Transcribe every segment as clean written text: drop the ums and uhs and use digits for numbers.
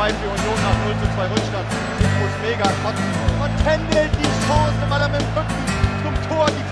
2 für Union nach 0:2 Rückstand. Siegfried mega kotzen und händelt die Chance, weil er mit dem Rücken zum Tor die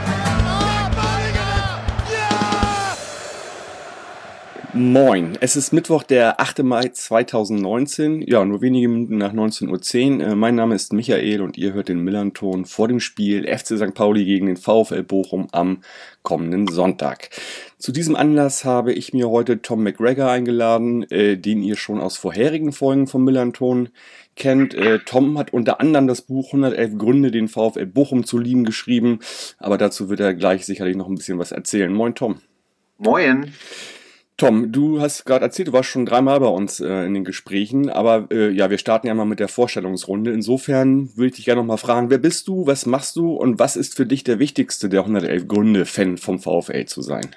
Moin, es ist Mittwoch, der 8. Mai 2019, ja, nur wenige Minuten nach 19:10 Uhr. Mein Name ist Michael und ihr hört den Millern-Ton vor dem Spiel FC St. Pauli gegen den VfL Bochum am kommenden Sonntag. Zu diesem Anlass habe ich mir heute Tom McGregor eingeladen, den ihr schon aus vorherigen Folgen vom Millern-Ton kennt. Tom hat unter anderem das Buch 111 Gründe, den VfL Bochum zu lieben, geschrieben, aber dazu wird er gleich sicherlich noch ein bisschen was erzählen. Moin Tom. Moin. Tom, du hast gerade erzählt, du warst schon 3-mal bei uns in den Gesprächen, aber ja, wir starten ja mal mit der Vorstellungsrunde. Insofern würde ich dich gerne noch mal fragen, wer bist du, was machst du und was ist für dich der wichtigste der 111 Gründe, Fan vom VfL zu sein?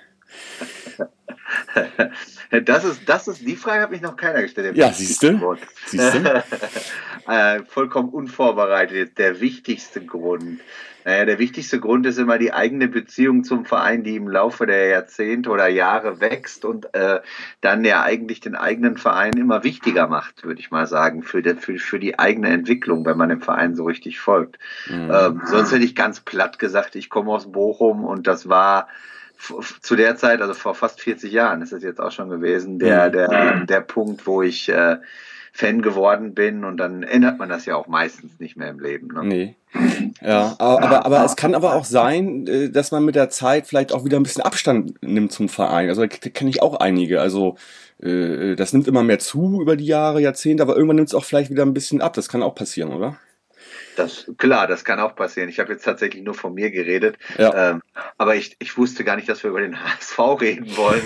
Das ist die Frage, hat mich noch keiner gestellt. Ja, siehst du? Vollkommen unvorbereitet. Der wichtigste Grund. Naja, der wichtigste Grund ist immer die eigene Beziehung zum Verein, die im Laufe der Jahrzehnte oder Jahre wächst und dann ja eigentlich den eigenen Verein immer wichtiger macht, würde ich mal sagen, für die eigene Entwicklung, wenn man dem Verein so richtig folgt. Sonst hätte ich ganz platt gesagt, ich komme aus Bochum und das war zu der Zeit, also vor fast 40 Jahren ist es jetzt auch schon gewesen, der Punkt, wo ich Fan geworden bin, und dann ändert man das ja auch meistens nicht mehr im Leben. Ne? Nee. Ja, aber es kann aber auch sein, dass man mit der Zeit vielleicht auch wieder ein bisschen Abstand nimmt zum Verein. Also da kenne ich auch einige. Also das nimmt immer mehr zu über die Jahre, Jahrzehnte, aber irgendwann nimmt es auch vielleicht wieder ein bisschen ab. Das kann auch passieren, oder? Klar, das kann auch passieren. Ich habe jetzt tatsächlich nur von mir geredet, ja. Aber ich wusste gar nicht, dass wir über den HSV reden wollen.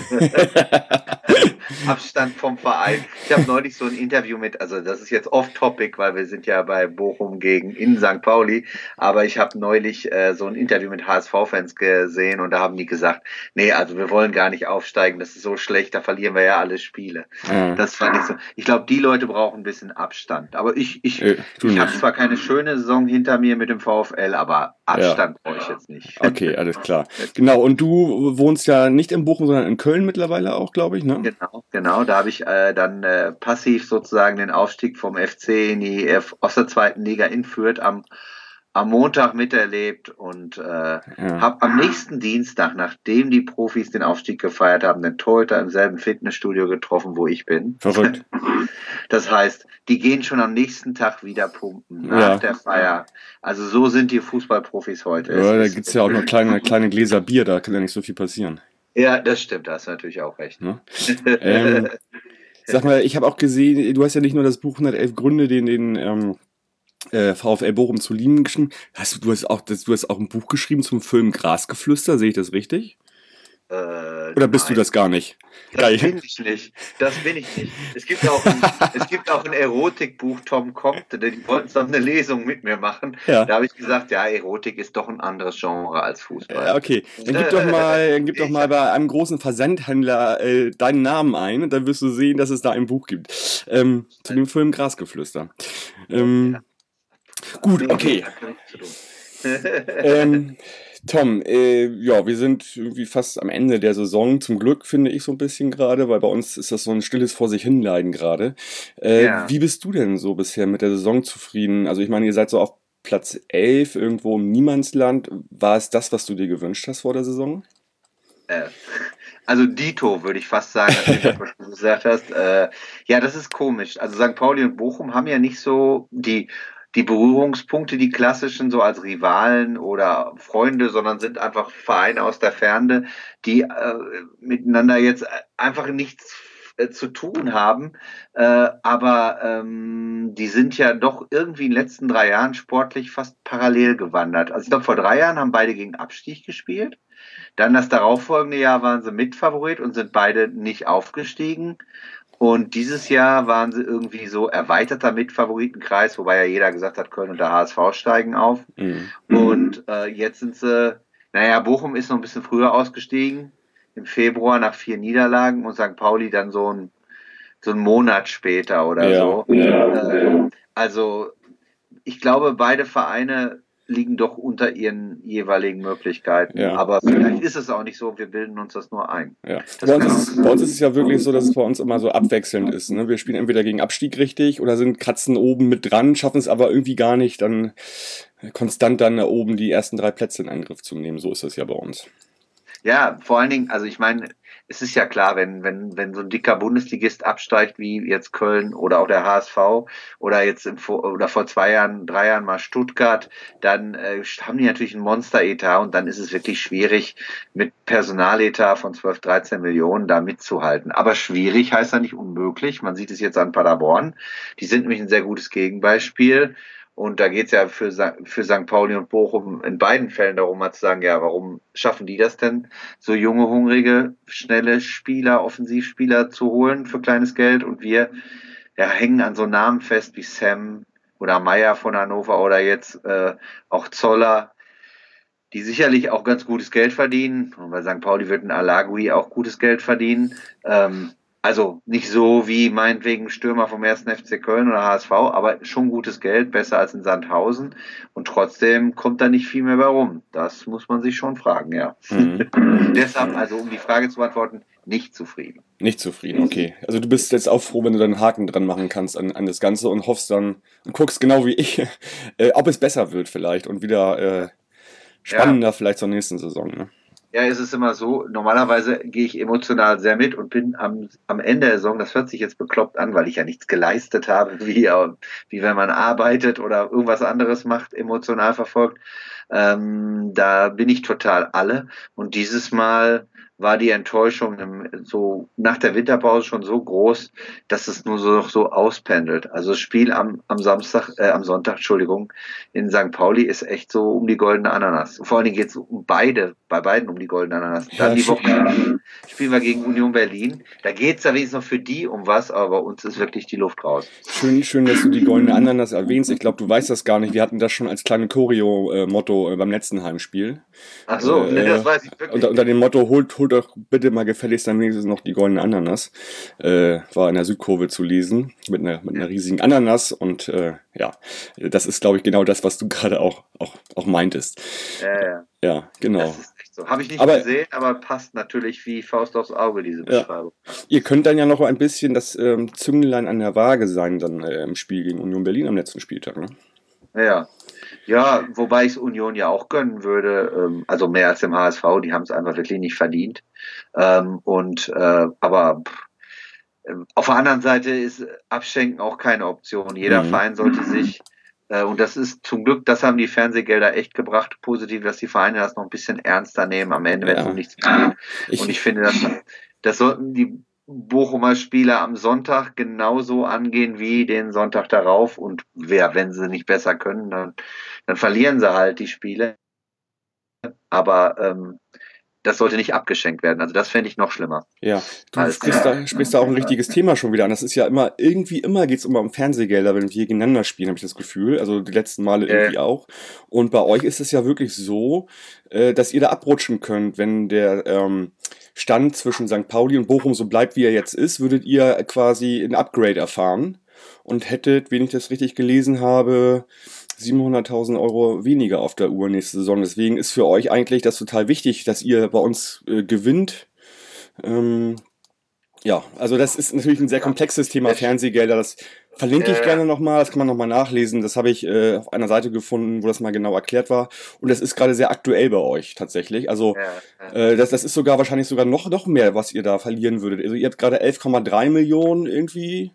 Abstand vom Verein. Ich habe neulich so ein Interview also das ist jetzt off-topic, weil wir sind ja bei Bochum in St. Pauli, aber ich habe neulich so ein Interview mit HSV-Fans gesehen und da haben die gesagt, nee, also wir wollen gar nicht aufsteigen, das ist so schlecht, da verlieren wir ja alle Spiele. Das fand ich so. Ich glaube, die Leute brauchen ein bisschen Abstand. Aber ich habe zwar keine schöne Saison hinter mir mit dem VfL, aber Abstand brauche ich jetzt nicht. Okay, alles klar. Genau, und du wohnst ja nicht in Bochum, sondern in Köln mittlerweile auch, glaube ich, ne? Genau, da habe ich dann passiv sozusagen den Aufstieg vom FC aus der zweiten Liga in Fürth am Montag miterlebt und habe am nächsten Dienstag, nachdem die Profis den Aufstieg gefeiert haben, den Torhüter im selben Fitnessstudio getroffen, wo ich bin. Verrückt. Das heißt, die gehen schon am nächsten Tag wieder pumpen nach der Feier. Also so sind die Fußballprofis heute. Ja, da gibt es ja auch noch kleine Gläser Bier, da kann ja nicht so viel passieren. Ja, das stimmt, da hast du natürlich auch recht. Ne? Sag mal, ich habe auch gesehen, du hast ja nicht nur das Buch 111 Gründe, den VfL Bochum zu lieben geschrieben. Du hast auch ein Buch geschrieben zum Film Grasgeflüster, sehe ich das richtig? Oder bist du das gar nicht? Das bin ich nicht. Es gibt auch ein Erotikbuch, Tom kommt, die wollten so eine Lesung mit mir machen. Ja. Da habe ich gesagt, ja, Erotik ist doch ein anderes Genre als Fußball. Okay, dann gib doch mal bei einem großen Versandhändler deinen Namen ein und dann wirst du sehen, dass es da ein Buch gibt. Zu dem Film Grasgeflüster. Gut, okay. Tom, wir sind irgendwie fast am Ende der Saison, zum Glück, finde ich so ein bisschen gerade, weil bei uns ist das so ein stilles Vor sich hinleiden gerade. Wie bist du denn so bisher mit der Saison zufrieden? Also ich meine, ihr seid so auf Platz 11 irgendwo im Niemandsland. War es das, was du dir gewünscht hast vor der Saison? Also Dito, würde ich fast sagen, was du gesagt hast. Ja, das ist komisch. Also St. Pauli und Bochum haben ja nicht so die Berührungspunkte, die klassischen, so als Rivalen oder Freunde, sondern sind einfach Vereine aus der Ferne, die miteinander jetzt einfach nichts zu tun haben. Aber die sind ja doch irgendwie in den letzten 3 Jahren sportlich fast parallel gewandert. Also ich glaube, vor 3 Jahren haben beide gegen Abstieg gespielt. Dann das darauffolgende Jahr waren sie Mitfavorit und sind beide nicht aufgestiegen. Und dieses Jahr waren sie irgendwie so erweiterter Mitfavoritenkreis, wobei ja jeder gesagt hat, Köln und der HSV steigen auf. Und jetzt sind sie, Bochum ist noch ein bisschen früher ausgestiegen, im Februar nach 4 Niederlagen und St. Pauli dann so einen Monat später oder so. Also ich glaube, beide Vereine liegen doch unter ihren jeweiligen Möglichkeiten. Ja. Aber vielleicht ist es auch nicht so, wir bilden uns das nur ein. Ja. Bei uns ist es ja wirklich so, dass es bei uns immer so abwechselnd ist. Ne? Wir spielen entweder gegen Abstieg richtig oder sind kratzen oben mit dran, schaffen es aber irgendwie gar nicht, dann konstant dann da oben die ersten 3 Plätze in Angriff zu nehmen. So ist es ja bei uns. Ja, vor allen Dingen, also ich meine, es ist ja klar, wenn so ein dicker Bundesligist absteigt, wie jetzt Köln oder auch der HSV oder jetzt oder vor 3 Jahren mal Stuttgart, dann haben die natürlich einen Monsteretat und dann ist es wirklich schwierig, mit Personaletat von 12, 13 Millionen da mitzuhalten. Aber schwierig heißt ja nicht unmöglich. Man sieht es jetzt an Paderborn. Die sind nämlich ein sehr gutes Gegenbeispiel. Und da geht es ja für St. Pauli und Bochum in beiden Fällen darum, mal zu sagen, ja, warum schaffen die das denn, so junge, hungrige, schnelle Spieler, Offensivspieler zu holen für kleines Geld? Und wir hängen an so Namen fest wie Sam oder Meyer von Hannover oder jetzt auch Zoller, die sicherlich auch ganz gutes Geld verdienen. Und bei St. Pauli wird ein Alagui auch gutes Geld verdienen. Also nicht so wie meinetwegen Stürmer vom 1. FC Köln oder HSV, aber schon gutes Geld, besser als in Sandhausen. Und trotzdem kommt da nicht viel mehr bei rum. Das muss man sich schon fragen, ja. Deshalb, also um die Frage zu beantworten, nicht zufrieden. Nicht zufrieden, okay. Also du bist jetzt auch froh, wenn du dann einen Haken dran machen kannst an das Ganze und hoffst dann und guckst genau wie ich, ob es besser wird vielleicht und wieder spannender vielleicht zur nächsten Saison, ne? Ja, es ist immer so, normalerweise gehe ich emotional sehr mit und bin am Ende der Saison, das hört sich jetzt bekloppt an, weil ich ja nichts geleistet habe, wie wenn man arbeitet oder irgendwas anderes macht, emotional verfolgt. Da bin ich total alle. Und dieses Mal war die Enttäuschung so nach der Winterpause schon so groß, dass es nur so auspendelt. Also das Spiel am Sonntag, in St. Pauli ist echt so um die goldene Ananas. Vor allen Dingen geht es bei beiden um die goldene Ananas. Dann die Woche spielen wir gegen Union Berlin. Da geht es ja wenigstens noch für die um was, aber bei uns ist wirklich die Luft raus. Schön, dass du die goldene Ananas erwähnst. Ich glaube, du weißt das gar nicht. Wir hatten das schon als kleine Choreo-Motto beim letzten Heimspiel. Ach so, das weiß ich wirklich. Unter dem Motto, holt doch bitte mal gefälligst dann wenigstens noch die goldene Ananas. War in der Südkurve zu lesen, mit einer riesigen Ananas. Und das ist, glaube ich, genau das, was du gerade auch meintest. Ja, genau. Das ist echt so. Habe ich nicht gesehen, aber passt natürlich wie Faust aufs Auge, diese Beschreibung. Ja. Ihr könnt dann ja noch ein bisschen das Zünglein an der Waage sein dann im Spiel gegen Union Berlin am letzten Spieltag, ne? Ja, wobei ich es Union ja auch gönnen würde, also mehr als dem HSV, die haben es einfach wirklich nicht verdient. Aber auf der anderen Seite ist Abschenken auch keine Option. Jeder Verein sollte sich, und das ist zum Glück, das haben die Fernsehgelder echt gebracht, positiv, dass die Vereine das noch ein bisschen ernster nehmen am Ende, wenn es um nichts mehr geht. Und ich finde, das sollten die Bochumer Spieler am Sonntag genauso angehen wie den Sonntag darauf. Und wenn sie nicht besser können, dann verlieren sie halt die Spiele. Aber das sollte nicht abgeschenkt werden. Also das fände ich noch schlimmer. Ja, du sprichst da auch ein richtiges Thema schon wieder an. Das ist ja immer geht es immer um Fernsehgelder, wenn wir gegeneinander spielen, habe ich das Gefühl. Also die letzten Male irgendwie auch. Und bei euch ist es ja wirklich so, dass ihr da abrutschen könnt, wenn der Stand zwischen St. Pauli und Bochum so bleibt, wie er jetzt ist, würdet ihr quasi ein Upgrade erfahren und hättet, wenn ich das richtig gelesen habe, 700.000 Euro weniger auf der Uhr nächste Saison. Deswegen ist für euch eigentlich das total wichtig, dass ihr bei uns gewinnt. Also das ist natürlich ein sehr komplexes Thema, Fernsehgelder. Das verlinke ich gerne nochmal, das kann man nochmal nachlesen. Das habe ich auf einer Seite gefunden, wo das mal genau erklärt war. Und das ist gerade sehr aktuell bei euch tatsächlich. Also das ist wahrscheinlich sogar noch mehr, was ihr da verlieren würdet. Also ihr habt gerade 11,3 Millionen irgendwie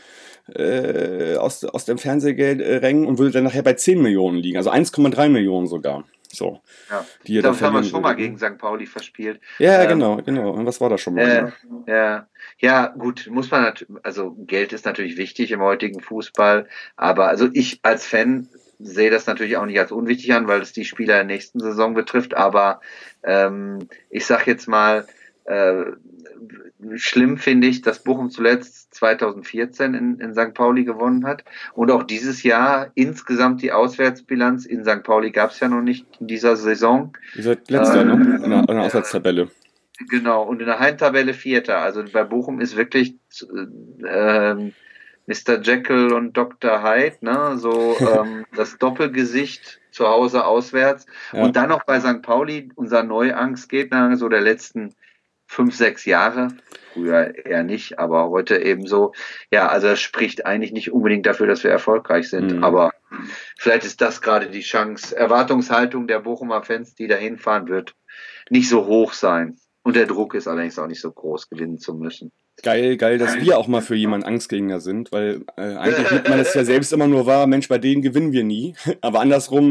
aus dem Fernsehgeldrängen und würdet dann nachher bei 10 Millionen liegen. Also 1,3 Millionen sogar. So. Ja. Ich glaube, das haben wir schon mal gegen St. Pauli verspielt. Ja, genau. Und was war das schon mal? Ja, gut, muss man also Geld ist natürlich wichtig im heutigen Fußball, aber also ich als Fan sehe das natürlich auch nicht als unwichtig an, weil es die Spieler der nächsten Saison betrifft, aber ich sag jetzt mal, schlimm finde ich, dass Bochum zuletzt 2014 in St. Pauli gewonnen hat und auch dieses Jahr insgesamt die Auswärtsbilanz in St. Pauli gab es ja noch nicht in dieser Saison. Ihr seid letzter, ne? In der Auswärtstabelle. Genau, und in der Heimtabelle Vierter. Also bei Bochum ist wirklich Mr. Jekyll und Dr. Hyde, ne? So das Doppelgesicht zu Hause, auswärts. Ja. Und dann noch bei St. Pauli, unser Neuangstgegner, so der letzten 5, 6 Jahre. Früher eher nicht, aber heute ebenso. Ja, also das spricht eigentlich nicht unbedingt dafür, dass wir erfolgreich sind. Aber vielleicht ist das gerade die Chance. Erwartungshaltung der Bochumer Fans, die da hinfahren, wird nicht so hoch sein. Und der Druck ist allerdings auch nicht so groß, gewinnen zu müssen. Geil, dass wir auch mal für jemanden Angstgegner sind, weil eigentlich nimmt man es ja selbst immer nur wahr, Mensch, bei denen gewinnen wir nie. Aber andersrum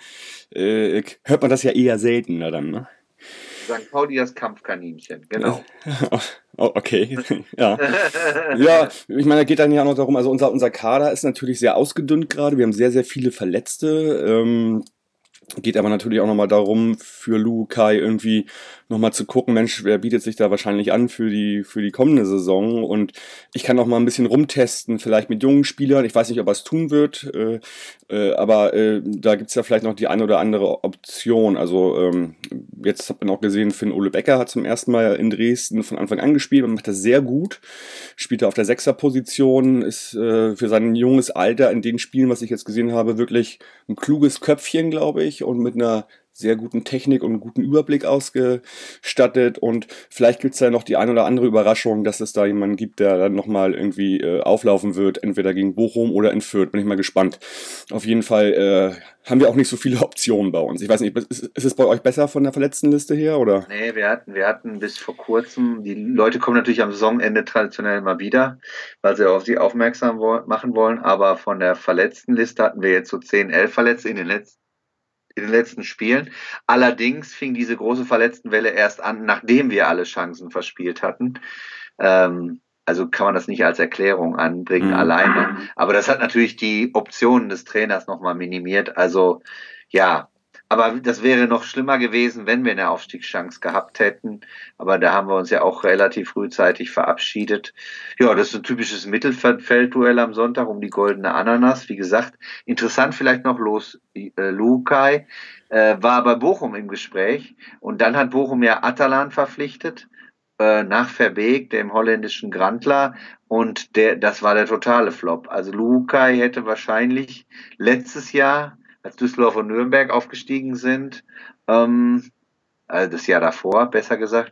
hört man das ja eher seltener dann, ne? St. Pauli das Kampfkaninchen, genau. Oh, okay, ja. Ja, ich meine, da geht dann ja auch noch darum, also unser Kader ist natürlich sehr ausgedünnt gerade, wir haben sehr, sehr viele Verletzte, geht aber natürlich auch nochmal darum, für Lukai irgendwie nochmal zu gucken, Mensch, wer bietet sich da wahrscheinlich an für die kommende Saison, und ich kann auch mal ein bisschen rumtesten, vielleicht mit jungen Spielern, ich weiß nicht, ob er es tun wird, aber da gibt's ja vielleicht noch die eine oder andere Option, also jetzt hat man auch gesehen, Finn-Ole Becker hat zum ersten Mal in Dresden von Anfang an gespielt und macht das sehr gut, spielt auf der Sechserposition, ist für sein junges Alter in den Spielen, was ich jetzt gesehen habe, wirklich ein kluges Köpfchen, glaube ich, und mit einer sehr guten Technik und guten Überblick ausgestattet, und vielleicht gibt's da noch die ein oder andere Überraschung, dass es da jemanden gibt, der dann nochmal irgendwie auflaufen wird, entweder gegen Bochum oder in Fürth, bin ich mal gespannt. Auf jeden Fall haben wir auch nicht so viele Optionen bei uns. Ich weiß nicht, ist es bei euch besser von der Verletztenliste her, oder? Nee, wir hatten bis vor kurzem, die Leute kommen natürlich am Saisonende traditionell mal wieder, weil sie auf sie aufmerksam machen wollen, aber von der Verletztenliste hatten wir jetzt so 10, 11 Verletzte in den letzten Spielen. Allerdings fing diese große Verletztenwelle erst an, nachdem wir alle Chancen verspielt hatten. Also kann man das nicht als Erklärung anbringen alleine. Aber das hat natürlich die Optionen des Trainers nochmal minimiert. Also ja, aber das wäre noch schlimmer gewesen, wenn wir eine Aufstiegschance gehabt hätten. Aber da haben wir uns ja auch relativ frühzeitig verabschiedet. Ja, das ist ein typisches Mittelfeldduell am Sonntag um die goldene Ananas. Wie gesagt, interessant vielleicht noch Lukai war bei Bochum im Gespräch. Und dann hat Bochum ja Atalan verpflichtet, nach Verbeek, dem holländischen Grandler. Und das war der totale Flop. Also Lukai hätte wahrscheinlich letztes Jahr, als Düsseldorf und Nürnberg aufgestiegen sind, also das Jahr davor, besser gesagt,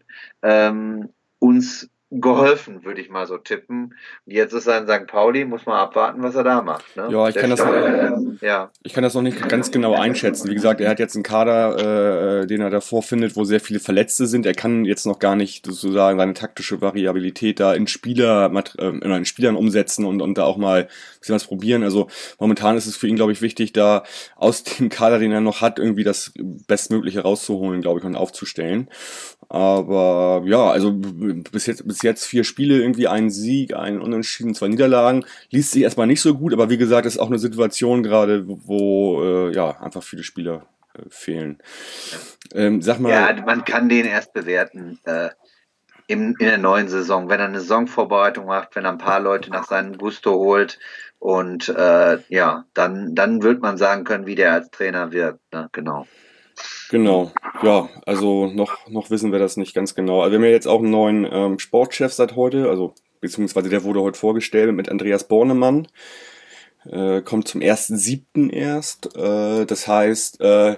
uns geholfen, würde ich mal so tippen. Und jetzt ist er in St. Pauli, muss man abwarten, was er da macht. Ne? Ja, ich kann das noch nicht ganz genau einschätzen. Wie gesagt, er hat jetzt einen Kader, den er davor findet, wo sehr viele Verletzte sind. Er kann jetzt noch gar nicht sozusagen seine taktische Variabilität da in Spielern umsetzen und da auch mal ein bisschen was probieren. Also momentan ist es für ihn, glaube ich, wichtig, da aus dem Kader, den er noch hat, irgendwie das Bestmögliche rauszuholen, glaube ich, und aufzustellen. Aber ja, also bis jetzt 4 Spiele, irgendwie einen Sieg, einen Unentschieden, 2 Niederlagen. Liest sich erstmal nicht so gut, aber wie gesagt, ist auch eine Situation gerade, wo ja einfach viele Spieler fehlen. Sag mal. Ja, man kann den erst bewerten in der neuen Saison, wenn er eine Saisonvorbereitung macht, wenn er ein paar Leute nach seinem Gusto holt, und ja, dann wird man sagen können, wie der als Trainer wirkt. Ne? Genau, ja, also noch wissen wir das nicht ganz genau. Also wir haben ja jetzt auch einen neuen Sportchef seit heute, also beziehungsweise der wurde heute vorgestellt mit Andreas Bornemann. Kommt zum 1.7. erst. Das heißt, der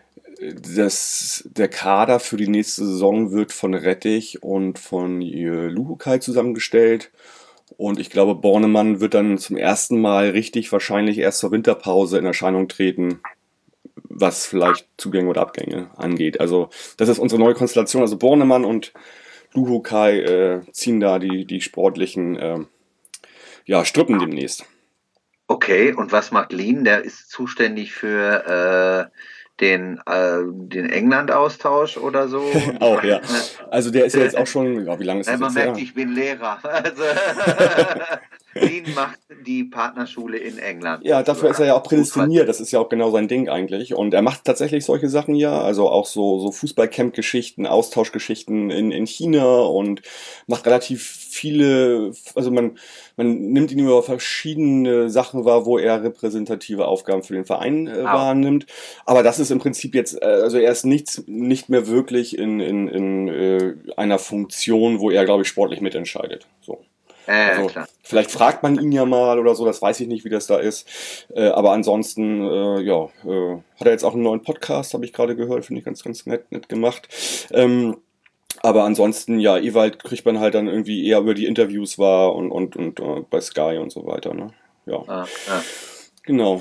Kader für die nächste Saison wird von Rettich und von Luhukai zusammengestellt. Und ich glaube, Bornemann wird dann zum ersten Mal richtig wahrscheinlich erst zur Winterpause in Erscheinung treten, was vielleicht Zugänge oder Abgänge angeht. Also das ist unsere neue Konstellation. Also Bornemann und Luhukai ziehen da die sportlichen Strippen demnächst. Okay, und was macht Lien? Der ist zuständig für den England-Austausch oder so? Auch, ja. Also der ist ja jetzt auch schon, wie lange ist das Man jetzt merkt, her? ich bin Lehrer. Also, Lien macht die Partnerschule in England. Ja, dafür ist er ja auch prädestiniert. Das ist ja auch genau sein Ding eigentlich. Und er macht tatsächlich solche Sachen ja. Also auch so Fußballcamp-Geschichten, Austauschgeschichten in China, und macht relativ viele, also man nimmt ihn über verschiedene Sachen wahr, wo er repräsentative Aufgaben für den Verein wahrnimmt. Aber das ist im Prinzip jetzt, also er ist nicht mehr wirklich in einer Funktion, wo er, glaube ich, sportlich mitentscheidet. So. Also klar. Vielleicht fragt man ihn ja mal oder so, das weiß ich nicht, wie das da ist. Aber ansonsten, hat er jetzt auch einen neuen Podcast, habe ich gerade gehört, finde ich ganz, ganz nett gemacht. Aber ansonsten, ja, Ewald kriegt man halt dann irgendwie eher über die Interviews wahr und bei Sky und so weiter, ne? Ja. Genau.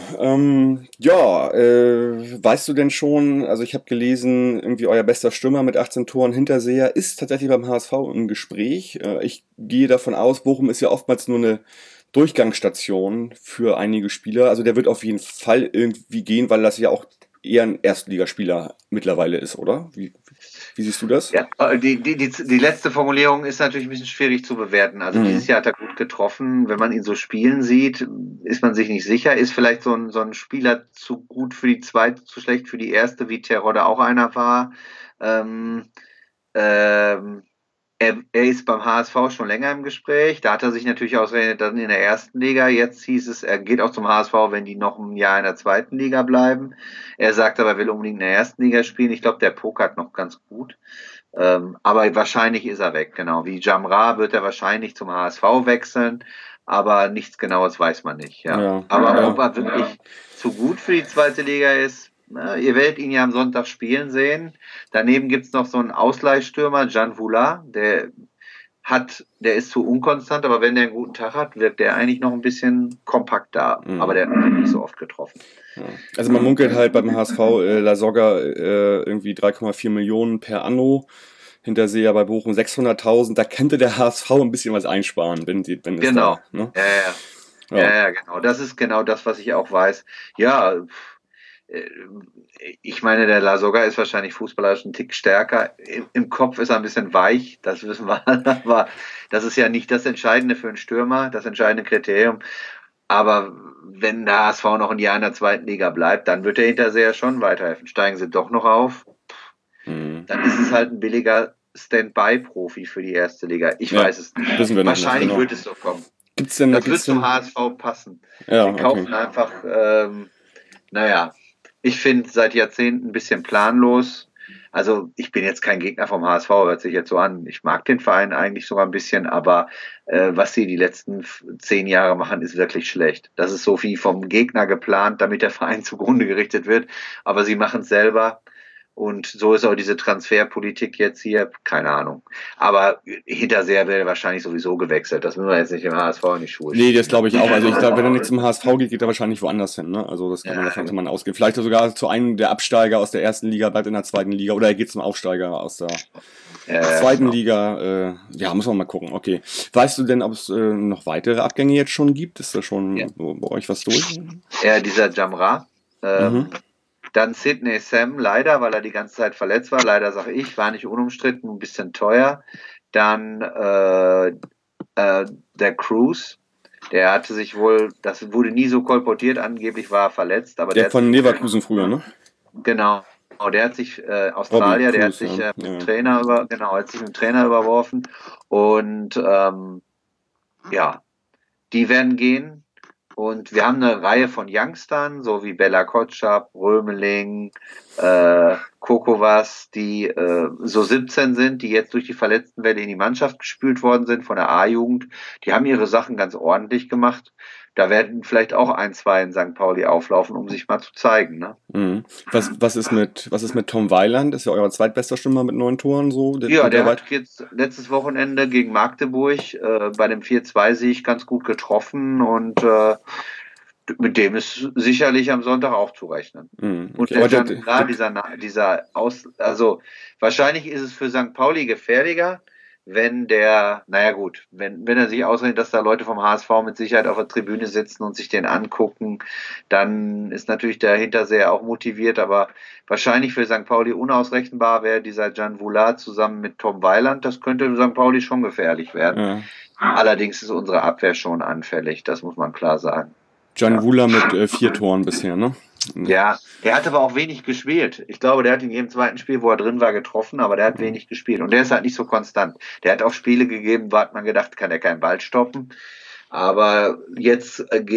Weißt du denn schon, also ich habe gelesen, irgendwie euer bester Stürmer mit 18 Toren, Hinterseher, ist tatsächlich beim HSV im Gespräch. Ich gehe davon aus, Bochum ist ja oftmals nur eine Durchgangsstation für einige Spieler. Also der wird auf jeden Fall irgendwie gehen, weil das ja auch eher ein Erstligaspieler mittlerweile ist, oder? Wie siehst du das? Ja, die letzte Formulierung ist natürlich ein bisschen schwierig zu bewerten. Also dieses Jahr hat er gut getroffen. Wenn man ihn so spielen sieht, ist man sich nicht sicher. Ist vielleicht so ein Spieler zu gut für die zweite, zu schlecht für die erste, wie Terodde auch einer war. Er ist beim HSV schon länger im Gespräch. Da hat er sich natürlich ausgerechnet dann in der ersten Liga. Jetzt hieß es, er geht auch zum HSV, wenn die noch ein Jahr in der zweiten Liga bleiben. Er sagt aber, er will unbedingt in der ersten Liga spielen. Ich glaube, der pokert noch ganz gut. Aber wahrscheinlich ist er weg, genau. Wie Jamra wird er wahrscheinlich zum HSV wechseln. Aber nichts Genaues weiß man nicht. Ja. Aber ob er wirklich zu gut für die zweite Liga ist, ihr werdet ihn ja am Sonntag spielen sehen. Daneben gibt es noch so einen Ausleihstürmer, Can Vula, der ist zu unkonstant, aber wenn der einen guten Tag hat, wirkt der eigentlich noch ein bisschen kompakter. Aber der hat nicht so oft getroffen. Ja. Also man munkelt halt beim HSV Lasogga irgendwie 3,4 Millionen per Anno. Hinterseher bei Bochum 600.000. Da könnte der HSV ein bisschen was einsparen, wenn es genau. Da, ne? Ja, genau. Das ist genau das, was ich auch weiß. Ja, ich meine, der Lasogga ist wahrscheinlich fußballerisch ein Tick stärker. Im Kopf ist er ein bisschen weich, das wissen wir. Aber das ist ja nicht das Entscheidende für einen Stürmer, das entscheidende Kriterium. Aber wenn der HSV noch ein Jahr in der zweiten Liga bleibt, dann wird der Hinterseher schon weiterhelfen. Steigen sie doch noch auf, dann ist es halt ein billiger Standby-Profi für die erste Liga. Ich weiß es nicht. Wahrscheinlich wird es so kommen. Das wird zum HSV passen. Ja, sie kaufen einfach, ich finde seit Jahrzehnten ein bisschen planlos. Also ich bin jetzt kein Gegner vom HSV, hört sich jetzt so an. Ich mag den Verein eigentlich sogar ein bisschen, aber was sie die letzten 10 Jahre machen, ist wirklich schlecht. Das ist so viel vom Gegner geplant, damit der Verein zugrunde gerichtet wird. Aber sie machen es selber. Und so ist auch diese Transferpolitik jetzt hier, keine Ahnung. Aber Hinterseher wäre wahrscheinlich sowieso gewechselt. Das müssen wir jetzt nicht im HSV in die Schuhe schieben. Nee, das glaube ich auch. Also ich glaube, wenn er nicht zum HSV geht, geht er wahrscheinlich woanders hin. Ne? Also das kann man davon mal ausgehen. Vielleicht sogar zu einem der Absteiger aus der ersten Liga, bleibt in der zweiten Liga. Oder er geht zum Aufsteiger aus der zweiten Liga. Muss man mal gucken. Okay. Weißt du denn, ob es noch weitere Abgänge jetzt schon gibt? Ist da schon bei euch was durch? Ja, dieser Jamra. Dann Sidney Sam, leider, weil er die ganze Zeit verletzt war. Leider sage ich, war nicht unumstritten, ein bisschen teuer. Dann der Cruz, der hatte sich wohl, das wurde nie so kolportiert, angeblich war er verletzt. Aber der von Leverkusen früher, ne? Genau. Der hat sich, Australier, der hat sich mit dem Trainer überworfen. Und die werden gehen. Und wir haben eine Reihe von Youngstern, so wie Bella Kotschap, Römeling, Kokowas, die so 17 sind, die jetzt durch die Verletztenwelle in die Mannschaft gespült worden sind von der A-Jugend. Die haben ihre Sachen ganz ordentlich gemacht. Da werden vielleicht auch 1, 2 in St. Pauli auflaufen, um sich mal zu zeigen. Ne? Mhm. Was ist mit Tom Weiland? Das ist ja euer zweitbester Stürmer mit 9 Toren. So. Der hat jetzt letztes Wochenende gegen Magdeburg bei dem 4-2-Sieg ganz gut getroffen und mit dem ist sicherlich am Sonntag auch zu rechnen. Okay. Und wahrscheinlich ist es für St. Pauli gefährlicher, wenn wenn er sich ausrechnet, dass da Leute vom HSV mit Sicherheit auf der Tribüne sitzen und sich den angucken, dann ist natürlich der Hinterseher auch motiviert, aber wahrscheinlich für St. Pauli unausrechenbar wäre dieser Can Vula zusammen mit Tom Weiland, das könnte St. Pauli schon gefährlich werden. Ja. Allerdings ist unsere Abwehr schon anfällig, das muss man klar sagen. Can Vula mit 4 Toren bisher, ne? Ja, der hat aber auch wenig gespielt. Ich glaube, der hat in jedem zweiten Spiel, wo er drin war, getroffen, aber der hat wenig gespielt. Und der ist halt nicht so konstant. Der hat auch Spiele gegeben, wo hat man gedacht, kann er keinen Ball stoppen. Aber jetzt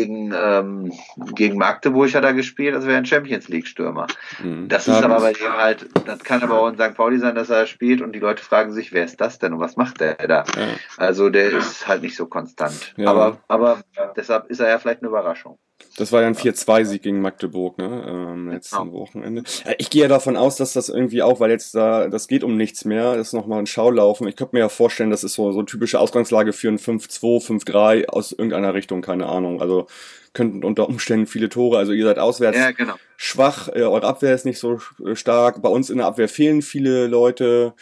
gegen Magdeburg hat er gespielt, als wäre ein Champions League-Stürmer. Das ist aber bei ihm halt, das kann aber auch in St. Pauli sein, dass er spielt und die Leute fragen sich, wer ist das denn und was macht der da? Ja. Also der ist halt nicht so konstant. Ja. Aber deshalb ist er ja vielleicht eine Überraschung. Das war ja ein 4-2-Sieg gegen Magdeburg, ne, am letzten Wochenende. Ich gehe ja davon aus, dass das irgendwie auch, weil jetzt das geht um nichts mehr, das ist nochmal ein Schaulaufen. Ich könnte mir ja vorstellen, das ist so eine typische Ausgangslage für ein 5-2, 5-3 aus irgendeiner Richtung, keine Ahnung. Also könnten unter Umständen viele Tore, also ihr seid auswärts schwach, eure Abwehr ist nicht so stark, bei uns in der Abwehr fehlen viele Leute,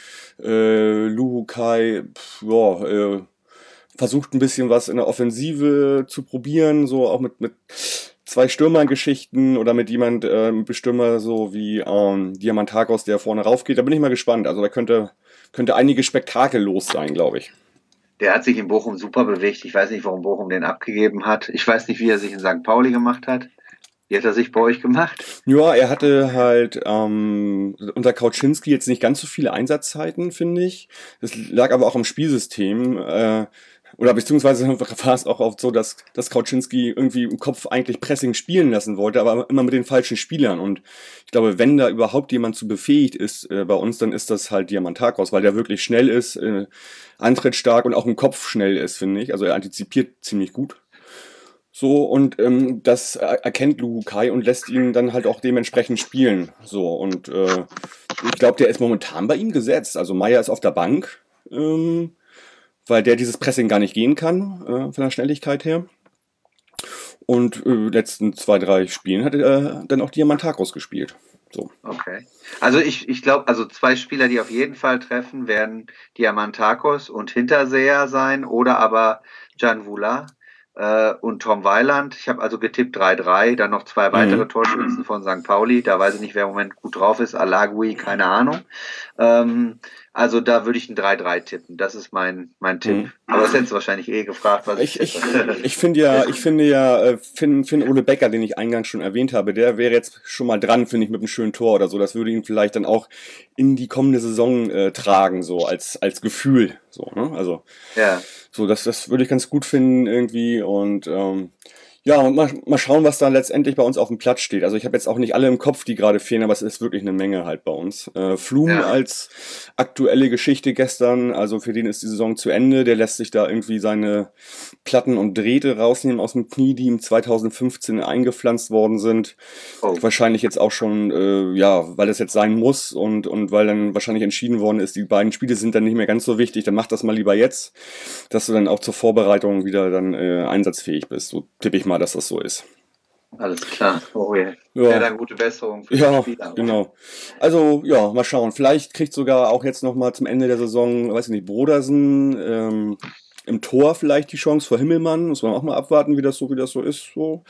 Luhukai, versucht ein bisschen was in der Offensive zu probieren, so auch mit 2 Stürmergeschichten oder mit jemand Bestürmer so wie Diamantakos, der vorne raufgeht. Da bin ich mal gespannt. Also da könnte einige Spektakel los sein, glaube ich. Der hat sich in Bochum super bewegt. Ich weiß nicht, warum Bochum den abgegeben hat. Ich weiß nicht, wie er sich in St. Pauli gemacht hat. Wie hat er sich bei euch gemacht? Ja, er hatte halt unter Kauczynski jetzt nicht ganz so viele Einsatzzeiten, finde ich. Das lag aber auch am Spielsystem. Oder beziehungsweise war es auch oft so, dass Kauczynski irgendwie im Kopf eigentlich Pressing spielen lassen wollte, aber immer mit den falschen Spielern. Und ich glaube, wenn da überhaupt jemand zu befähigt ist bei uns, dann ist das halt Diamantakos, weil der wirklich schnell ist, antrittstark und auch im Kopf schnell ist, finde ich. Also er antizipiert ziemlich gut. So, und das erkennt Luhukai und lässt ihn dann halt auch dementsprechend spielen. So, und ich glaube, der ist momentan bei ihm gesetzt. Also Meier ist auf der Bank, weil der dieses Pressing gar nicht gehen kann, von der Schnelligkeit her. Und letzten 2, 3 Spielen hat er dann auch Diamantakos gespielt. So. Okay. Also ich glaube, also 2 Spieler, die auf jeden Fall treffen, werden Diamantakos und Hinterseher sein oder aber Can Vula und Tom Weiland. Ich habe also getippt 3-3, dann noch 2 weitere Torschützen von St. Pauli. Da weiß ich nicht, wer im Moment gut drauf ist. Alagui, keine Ahnung. Also da würde ich ein 3-3 tippen. Das ist mein Tipp. Aber das hättest du wahrscheinlich gefragt, was ich finde Ole Becker, den ich eingangs schon erwähnt habe, der wäre jetzt schon mal dran, finde ich, mit einem schönen Tor oder so. Das würde ihn vielleicht dann auch in die kommende Saison tragen, so als Gefühl. So, ne? Also so, das würde ich ganz gut finden irgendwie und mal schauen, was da letztendlich bei uns auf dem Platz steht. Also ich habe jetzt auch nicht alle im Kopf, die gerade fehlen, aber es ist wirklich eine Menge halt bei uns. Flum als aktuelle Geschichte gestern, also für den ist die Saison zu Ende. Der lässt sich da irgendwie seine Platten und Drähte rausnehmen aus dem Knie, die ihm 2015 eingepflanzt worden sind. Wahrscheinlich jetzt auch schon, weil das jetzt sein muss und weil dann wahrscheinlich entschieden worden ist, die beiden Spiele sind dann nicht mehr ganz so wichtig, dann mach das mal lieber jetzt, dass du dann auch zur Vorbereitung wieder dann einsatzfähig bist. So tippe ich mal, dass das so ist. Alles klar. Oh yeah. Ja, dann gute Besserung für die Spieler. Genau. Also, mal schauen. Vielleicht kriegt sogar auch jetzt nochmal zum Ende der Saison, weiß ich nicht, Brodersen im Tor vielleicht die Chance vor Himmelmann. Muss man auch mal abwarten, wie das so ist. So.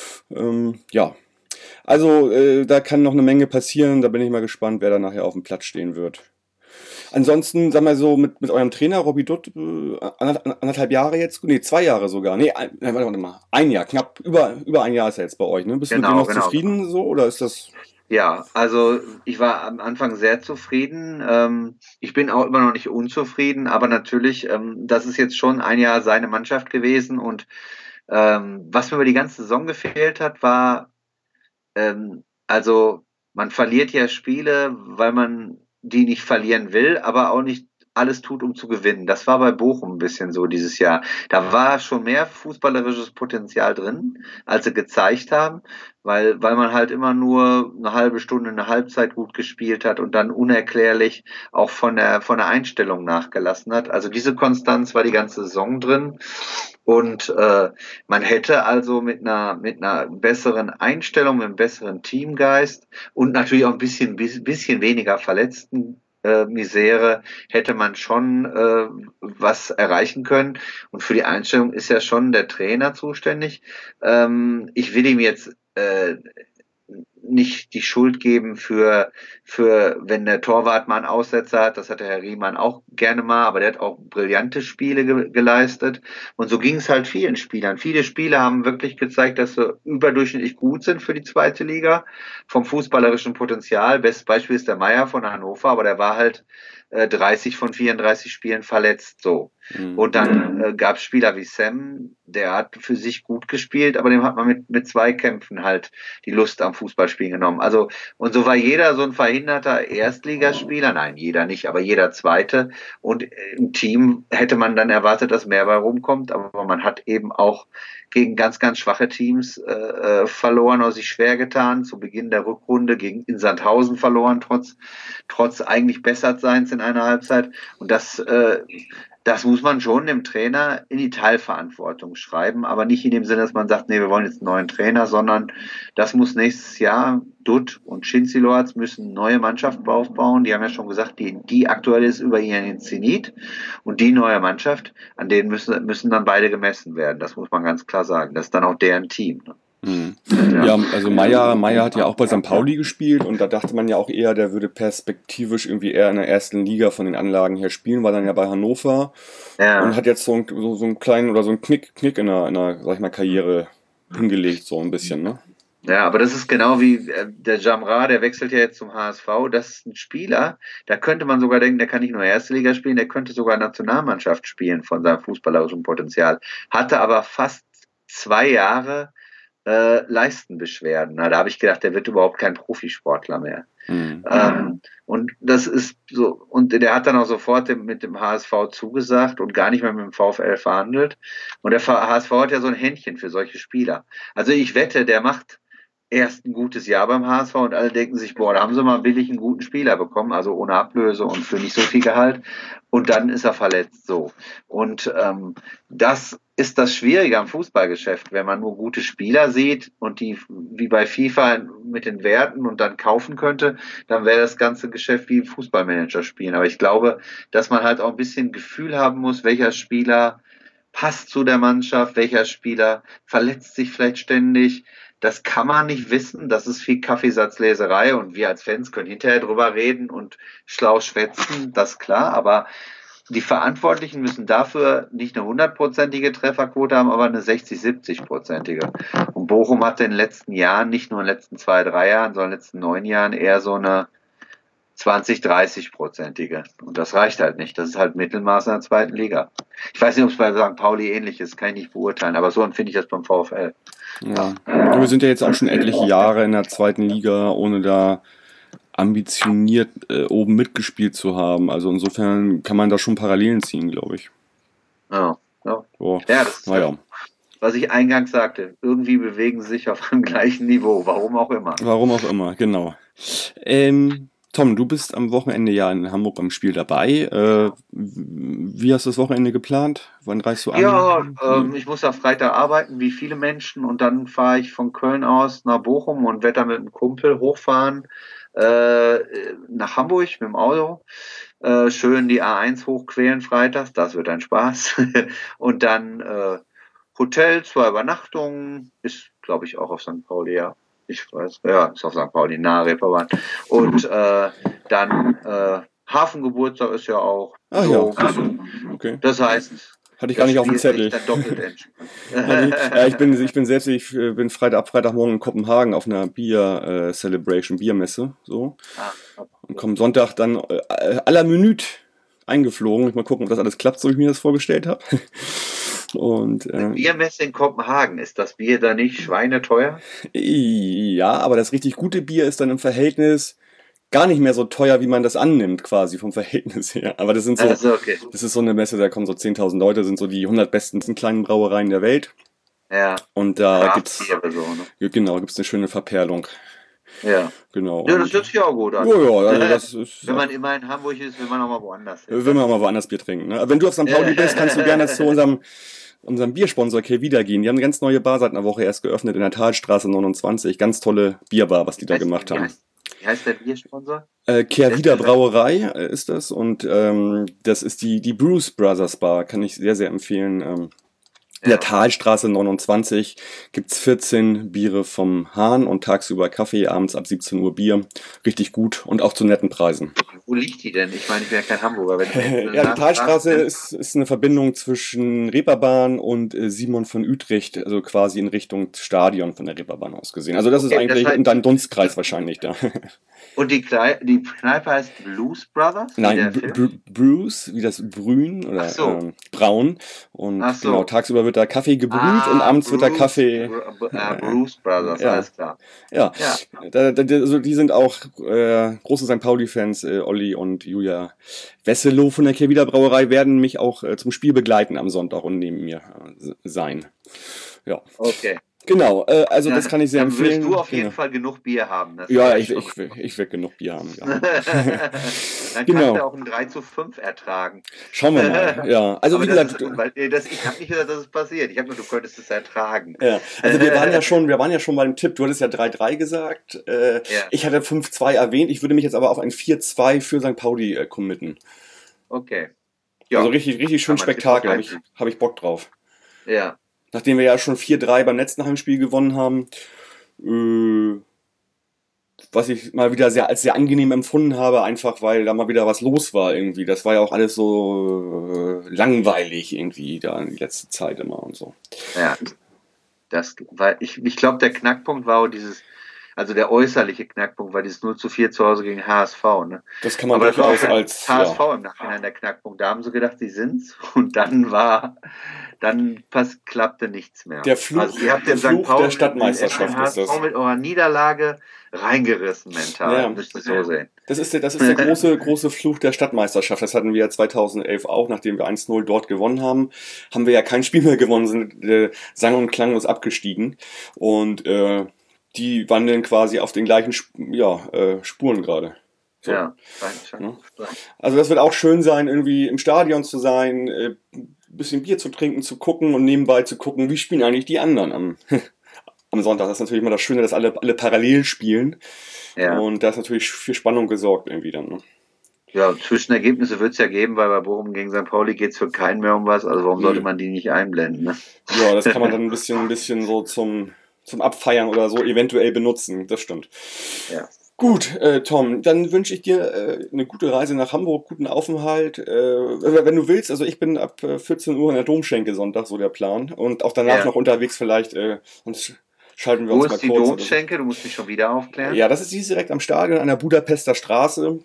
Also, da kann noch eine Menge passieren. Da bin ich mal gespannt, wer da nachher auf dem Platz stehen wird. Ansonsten, sag mal so, mit eurem Trainer, Robby Dutt, 1,5 Jahre jetzt, 2 Jahre sogar, warte mal, 1 Jahr, knapp, über 1 Jahr ist er jetzt bei euch, ne? Bist du mit dem noch zufrieden so, oder ist das... Ja, also ich war am Anfang sehr zufrieden, ich bin auch immer noch nicht unzufrieden, aber natürlich, das ist jetzt schon 1 Jahr seine Mannschaft gewesen und was mir über die ganze Saison gefehlt hat, war, also man verliert ja Spiele, weil man die nicht verlieren will, aber auch nicht alles tut, um zu gewinnen. Das war bei Bochum ein bisschen so dieses Jahr. Da war schon mehr fußballerisches Potenzial drin, als sie gezeigt haben, weil man halt immer nur eine halbe Stunde, eine Halbzeit gut gespielt hat und dann unerklärlich auch von der Einstellung nachgelassen hat. Also diese Konstanz war die ganze Saison drin. Und man hätte also mit einer besseren Einstellung, mit einem besseren Teamgeist und natürlich auch ein bisschen weniger Verletzten Misere hätte man schon was erreichen können. Und für die Einstellung ist ja schon der Trainer zuständig. Ich will ihm jetzt nicht die Schuld geben für wenn der Torwart mal einen Aussetzer hat, das hat der Herr Riemann auch gerne mal, aber der hat auch brillante Spiele geleistet und so ging es halt vielen Spielern. Viele Spieler haben wirklich gezeigt, dass sie überdurchschnittlich gut sind für die 2. Liga, vom fußballerischen Potenzial. Bestes Beispiel ist der Meier von Hannover, aber der war halt 30 von 34 Spielen verletzt, so. Und dann gab es Spieler wie Sam, der hat für sich gut gespielt, aber dem hat man mit Zweikämpfen halt die Lust am Fußballspielen genommen. Also, und so war jeder so ein verhinderter Erstligaspieler, nein, jeder nicht, aber jeder Zweite. Und im Team hätte man dann erwartet, dass mehr bei rumkommt, aber man hat eben auch gegen ganz, ganz schwache Teams verloren oder sich schwer getan. Zu Beginn der Rückrunde in Sandhausen verloren, trotz eigentlich Bessertseins in einer Halbzeit. Und das muss man schon dem Trainer in die Teilverantwortung schreiben, aber nicht in dem Sinne, dass man sagt, nee, wir wollen jetzt einen neuen Trainer, sondern das muss nächstes Jahr, Dutt und Schinziloaz müssen neue Mannschaften aufbauen. Die haben ja schon gesagt, die aktuell ist über ihren Zenit, und die neue Mannschaft, an denen müssen dann beide gemessen werden. Das muss man ganz klar sagen. Das ist dann auch deren Team. Ne? Ja, also Meier hat ja auch bei St. Pauli gespielt, und da dachte man ja auch eher, der würde perspektivisch irgendwie eher in der ersten Liga von den Anlagen her spielen, war dann ja bei Hannover und hat jetzt so einen kleinen oder so einen Knick in der, sag ich mal, Karriere hingelegt, so ein bisschen, ne? Ja, aber das ist genau wie der Jamra, der wechselt ja jetzt zum HSV. Das ist ein Spieler, da könnte man sogar denken, der kann nicht nur Erste Liga spielen, der könnte sogar Nationalmannschaft spielen von seinem fußballerischen Potenzial. Hatte aber fast 2 Jahre Leistenbeschwerden. Na, da habe ich gedacht, der wird überhaupt kein Profisportler mehr. Und das ist so, und der hat dann auch sofort mit dem HSV zugesagt und gar nicht mehr mit dem VfL verhandelt. Und der HSV hat ja so ein Händchen für solche Spieler. Also ich wette, der macht erst ein gutes Jahr beim HSV und alle denken sich, boah, da haben sie mal billig einen guten Spieler bekommen, also ohne Ablöse und für nicht so viel Gehalt, und dann ist er verletzt, so. Und das ist das Schwierige am Fußballgeschäft, wenn man nur gute Spieler sieht und die wie bei FIFA mit den Werten und dann kaufen könnte, dann wäre das ganze Geschäft wie Fußballmanager spielen. Aber ich glaube, dass man halt auch ein bisschen Gefühl haben muss, welcher Spieler passt zu der Mannschaft, welcher Spieler verletzt sich vielleicht ständig. Das kann man nicht wissen, das ist viel Kaffeesatzleserei, und wir als Fans können hinterher drüber reden und schlau schwätzen, das ist klar, aber die Verantwortlichen müssen dafür nicht eine 100%ige Trefferquote haben, aber eine 60-70%ige. Und Bochum hatte in den letzten Jahren, nicht nur in den letzten 2, 3 Jahren, sondern in den letzten 9 Jahren eher so eine 20-30%ige. Und das reicht halt nicht. Das ist halt Mittelmaß in der zweiten Liga. Ich weiß nicht, ob es bei St. Pauli ähnlich ist, kann ich nicht beurteilen, aber so empfinde ich das beim VfL. Ja. Wir sind ja jetzt auch schon etliche Jahre in der zweiten Liga, ohne da ambitioniert oben mitgespielt zu haben. Also insofern kann man da schon Parallelen ziehen, glaube ich. Ja. So. Ja, das ist was ich eingangs sagte. Irgendwie bewegen sie sich auf einem gleichen Niveau, warum auch immer. Warum auch immer, genau. Tom, du bist am Wochenende ja in Hamburg beim Spiel dabei. Wie hast du das Wochenende geplant? Wann reist du an? Ja, ich muss am Freitag arbeiten, wie viele Menschen, und dann fahre ich von Köln aus nach Bochum und werde dann mit einem Kumpel hochfahren nach Hamburg mit dem Auto. Schön die A1 hochquälen freitags, das wird ein Spaß. Und dann Hotel, 2 Übernachtungen, ist glaube ich auch auf St. Pauli, ja. Ich weiß, ja, ist auf St. Pauli, nahe Reeperbahn. Und dann Hafengeburtstag ist ja auch. Ah so. ja, okay. Das heißt, hatte ich gar nicht auf dem Zettel. Ja, ich bin Freitagmorgen in Kopenhagen auf einer Bier-Celebration, Biermesse, so. Und komme Sonntag dann à la Minute eingeflogen. Ich mal gucken, ob das alles klappt, so wie ich mir das vorgestellt habe. Und Biermesse in Kopenhagen, ist das Bier da nicht schweineteuer? Ja, aber das richtig gute Bier ist dann im Verhältnis gar nicht mehr so teuer, wie man das annimmt, quasi vom Verhältnis her. Aber das sind so, okay. Das ist so eine Messe, da kommen so 10.000 Leute, sind so die 100 besten kleinen Brauereien der Welt. Ja. Und da gibt's so, ne? Genau, gibt's eine schöne Verperlung. Ja. Genau. Ja, das hört sich auch gut an. Ja, also das ist, wenn man immer in Hamburg ist, will man auch mal woanders hin. Will man auch mal woanders Bier trinken. Ne? Wenn du auf St. Pauli bist, kannst du gerne zu unserem Biersponsor Kelvida gehen. Die haben eine ganz neue Bar seit einer Woche erst geöffnet in der Talstraße 29. Ganz tolle Bierbar, was die da gemacht haben. Wie heißt der Biersponsor? Kehrwieder Brauerei ist das, und das ist die Bruce Brothers Bar, kann ich sehr, sehr empfehlen. In der Talstraße 29 gibt's 14 Biere vom Hahn und tagsüber Kaffee, abends ab 17 Uhr Bier. Richtig gut und auch zu netten Preisen. Wo liegt die denn? Ich meine, ich bin ja kein Hamburger. Ja, die Talstraße ist eine Verbindung zwischen Reeperbahn und Simon von Utrecht, also quasi in Richtung Stadion von der Reeperbahn aus gesehen. Also das ist eigentlich in deinem Dunstkreis wahrscheinlich da. Und die Kneipe heißt Blues Brothers? Nein, Bruce, wie das Brühen oder Braun. Und genau, tagsüber wird da Kaffee gebrüht und abends wird da Kaffee. Bruce Brothers, alles klar. Ja. Also die sind auch große St. Pauli-Fans, Olli und Julia Wesselow von der Kehrwieder Brauerei werden mich auch zum Spiel begleiten am Sonntag und neben mir sein. Ja. Okay. Genau, also das kann ich sehr empfehlen. Dann wirst du auf jeden Fall genug Bier haben. Ja, ich will genug Bier haben, ja. Dann kannst du auch ein 3:5 ertragen. Schauen wir mal, ja. Also wie gesagt, ich habe nicht gesagt, dass es passiert. Ich habe nur, du könntest es ertragen. Ja. Also wir waren ja schon bei dem Tipp. Du hattest ja 3:3 gesagt. Ich hatte 5:2 erwähnt. Ich würde mich jetzt aber auf ein 4:2 für St. Pauli committen. Okay. Ja. Also richtig schön Spektakel. Hab ich Bock drauf. Ja. Nachdem wir ja schon 4:3 beim letzten Heimspiel gewonnen haben, was ich mal wieder als sehr angenehm empfunden habe, einfach weil da mal wieder was los war irgendwie. Das war ja auch alles so langweilig irgendwie da in die letzte Zeit immer und so. Ja, ich glaube, der Knackpunkt war auch also der äußerliche Knackpunkt war dieses 0:4 zu Hause gegen HSV. Ne? Das kann man durchaus als HSV im Nachhinein der Knackpunkt. Da haben sie gedacht, sie sind's. Und dann klappte nichts mehr. Der Fluch, ihr habt den St. Pauli der Stadtmeisterschaft ist das. Mit eurer Niederlage reingerissen mental. Ja, müsst ihr so sehen. Das ist der große Fluch der Stadtmeisterschaft. Das hatten wir ja 2011 auch, nachdem wir 1:0 dort gewonnen haben. Haben wir ja kein Spiel mehr gewonnen, sind sang- und klanglos abgestiegen. Und die wandeln quasi auf den gleichen Spuren gerade. So. Ja, also das wird auch schön sein, irgendwie im Stadion zu sein, ein bisschen Bier zu trinken, zu gucken und nebenbei zu gucken, wie spielen eigentlich die anderen am Sonntag. Das ist natürlich immer das Schöne, dass alle parallel spielen. Ja. Und da ist natürlich für Spannung gesorgt irgendwie dann. Ne? Ja, Zwischenergebnisse wird es ja geben, weil bei Bochum gegen St. Pauli geht es für keinen mehr um was. Also warum sollte man die nicht einblenden? Ne? Ja, das kann man dann ein bisschen so zum Abfeiern oder so eventuell benutzen. Das stimmt. Ja. Gut, Tom, dann wünsche ich dir eine gute Reise nach Hamburg, guten Aufenthalt. Wenn du willst, also ich bin ab 14 Uhr in der Domschenke Sonntag, so der Plan. Und auch danach noch unterwegs vielleicht, sonst schalten wir uns mal kurz. Wo ist die Domschenke? Du musst mich schon wieder aufklären. Ja, die ist direkt am Stadion an der Budapester Straße.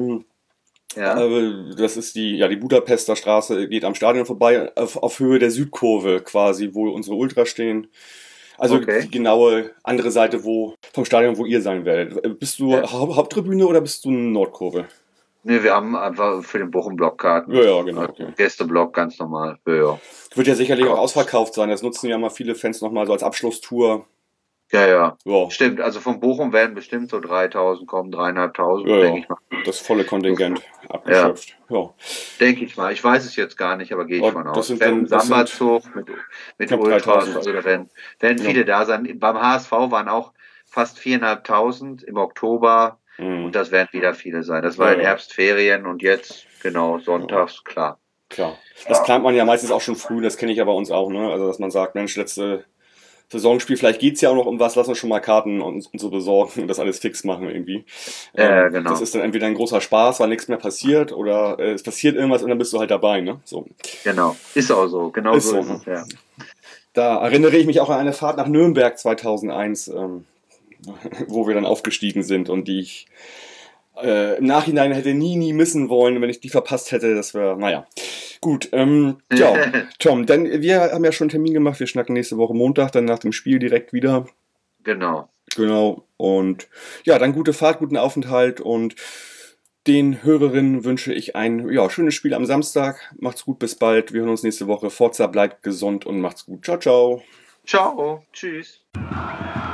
Das ist die Budapester Straße, geht am Stadion vorbei, auf Höhe der Südkurve quasi, wo unsere Ultras stehen. Also die genaue andere Seite vom Stadion, wo ihr sein werdet. Bist du Haupttribüne oder bist du Nordkurve? Ne, wir haben einfach für den Bochum-Block Karten. Ja, genau. Okay. Gästeblock, ganz normal. Ja. Wird ja sicherlich auch ausverkauft sein. Das nutzen ja mal viele Fans nochmal so als Abschlusstour. Ja. Stimmt, also von Bochum werden bestimmt so 3.000 kommen, 3.500, denke ich mal. Das volle Kontingent abgeschöpft. Ja. Denke ich mal. Ich weiß es jetzt gar nicht, aber gehe ich von aus. Das ein Samba-Zug mit Ultras, also da werden viele da sein. Beim HSV waren auch fast 4.500 im Oktober und das werden wieder viele sein. Das war in Herbstferien und jetzt, genau, sonntags, klar. Das plant man ja meistens auch schon früh, das kenne ich ja bei uns auch, ne? Also dass man sagt, Mensch, letzte Saisonspiel, vielleicht geht's ja auch noch um was, lass uns schon mal Karten und so besorgen und das alles fix machen irgendwie. Genau. Das ist dann entweder ein großer Spaß, weil nichts mehr passiert, oder es passiert irgendwas und dann bist du halt dabei, ne? So. Genau, ist auch so, genau ist so ist es, ja. Da erinnere ich mich auch an eine Fahrt nach Nürnberg 2001, wo wir dann aufgestiegen sind und die ich im Nachhinein hätte nie missen wollen, wenn ich die verpasst hätte, das wäre, naja. Gut, Tom, denn wir haben ja schon einen Termin gemacht, wir schnacken nächste Woche Montag, dann nach dem Spiel direkt wieder. Genau, und ja, dann gute Fahrt, guten Aufenthalt und den Hörerinnen wünsche ich ein schönes Spiel am Samstag. Macht's gut, bis bald, wir hören uns nächste Woche. Forza, bleibt gesund und macht's gut. Ciao, ciao. Ciao, tschüss.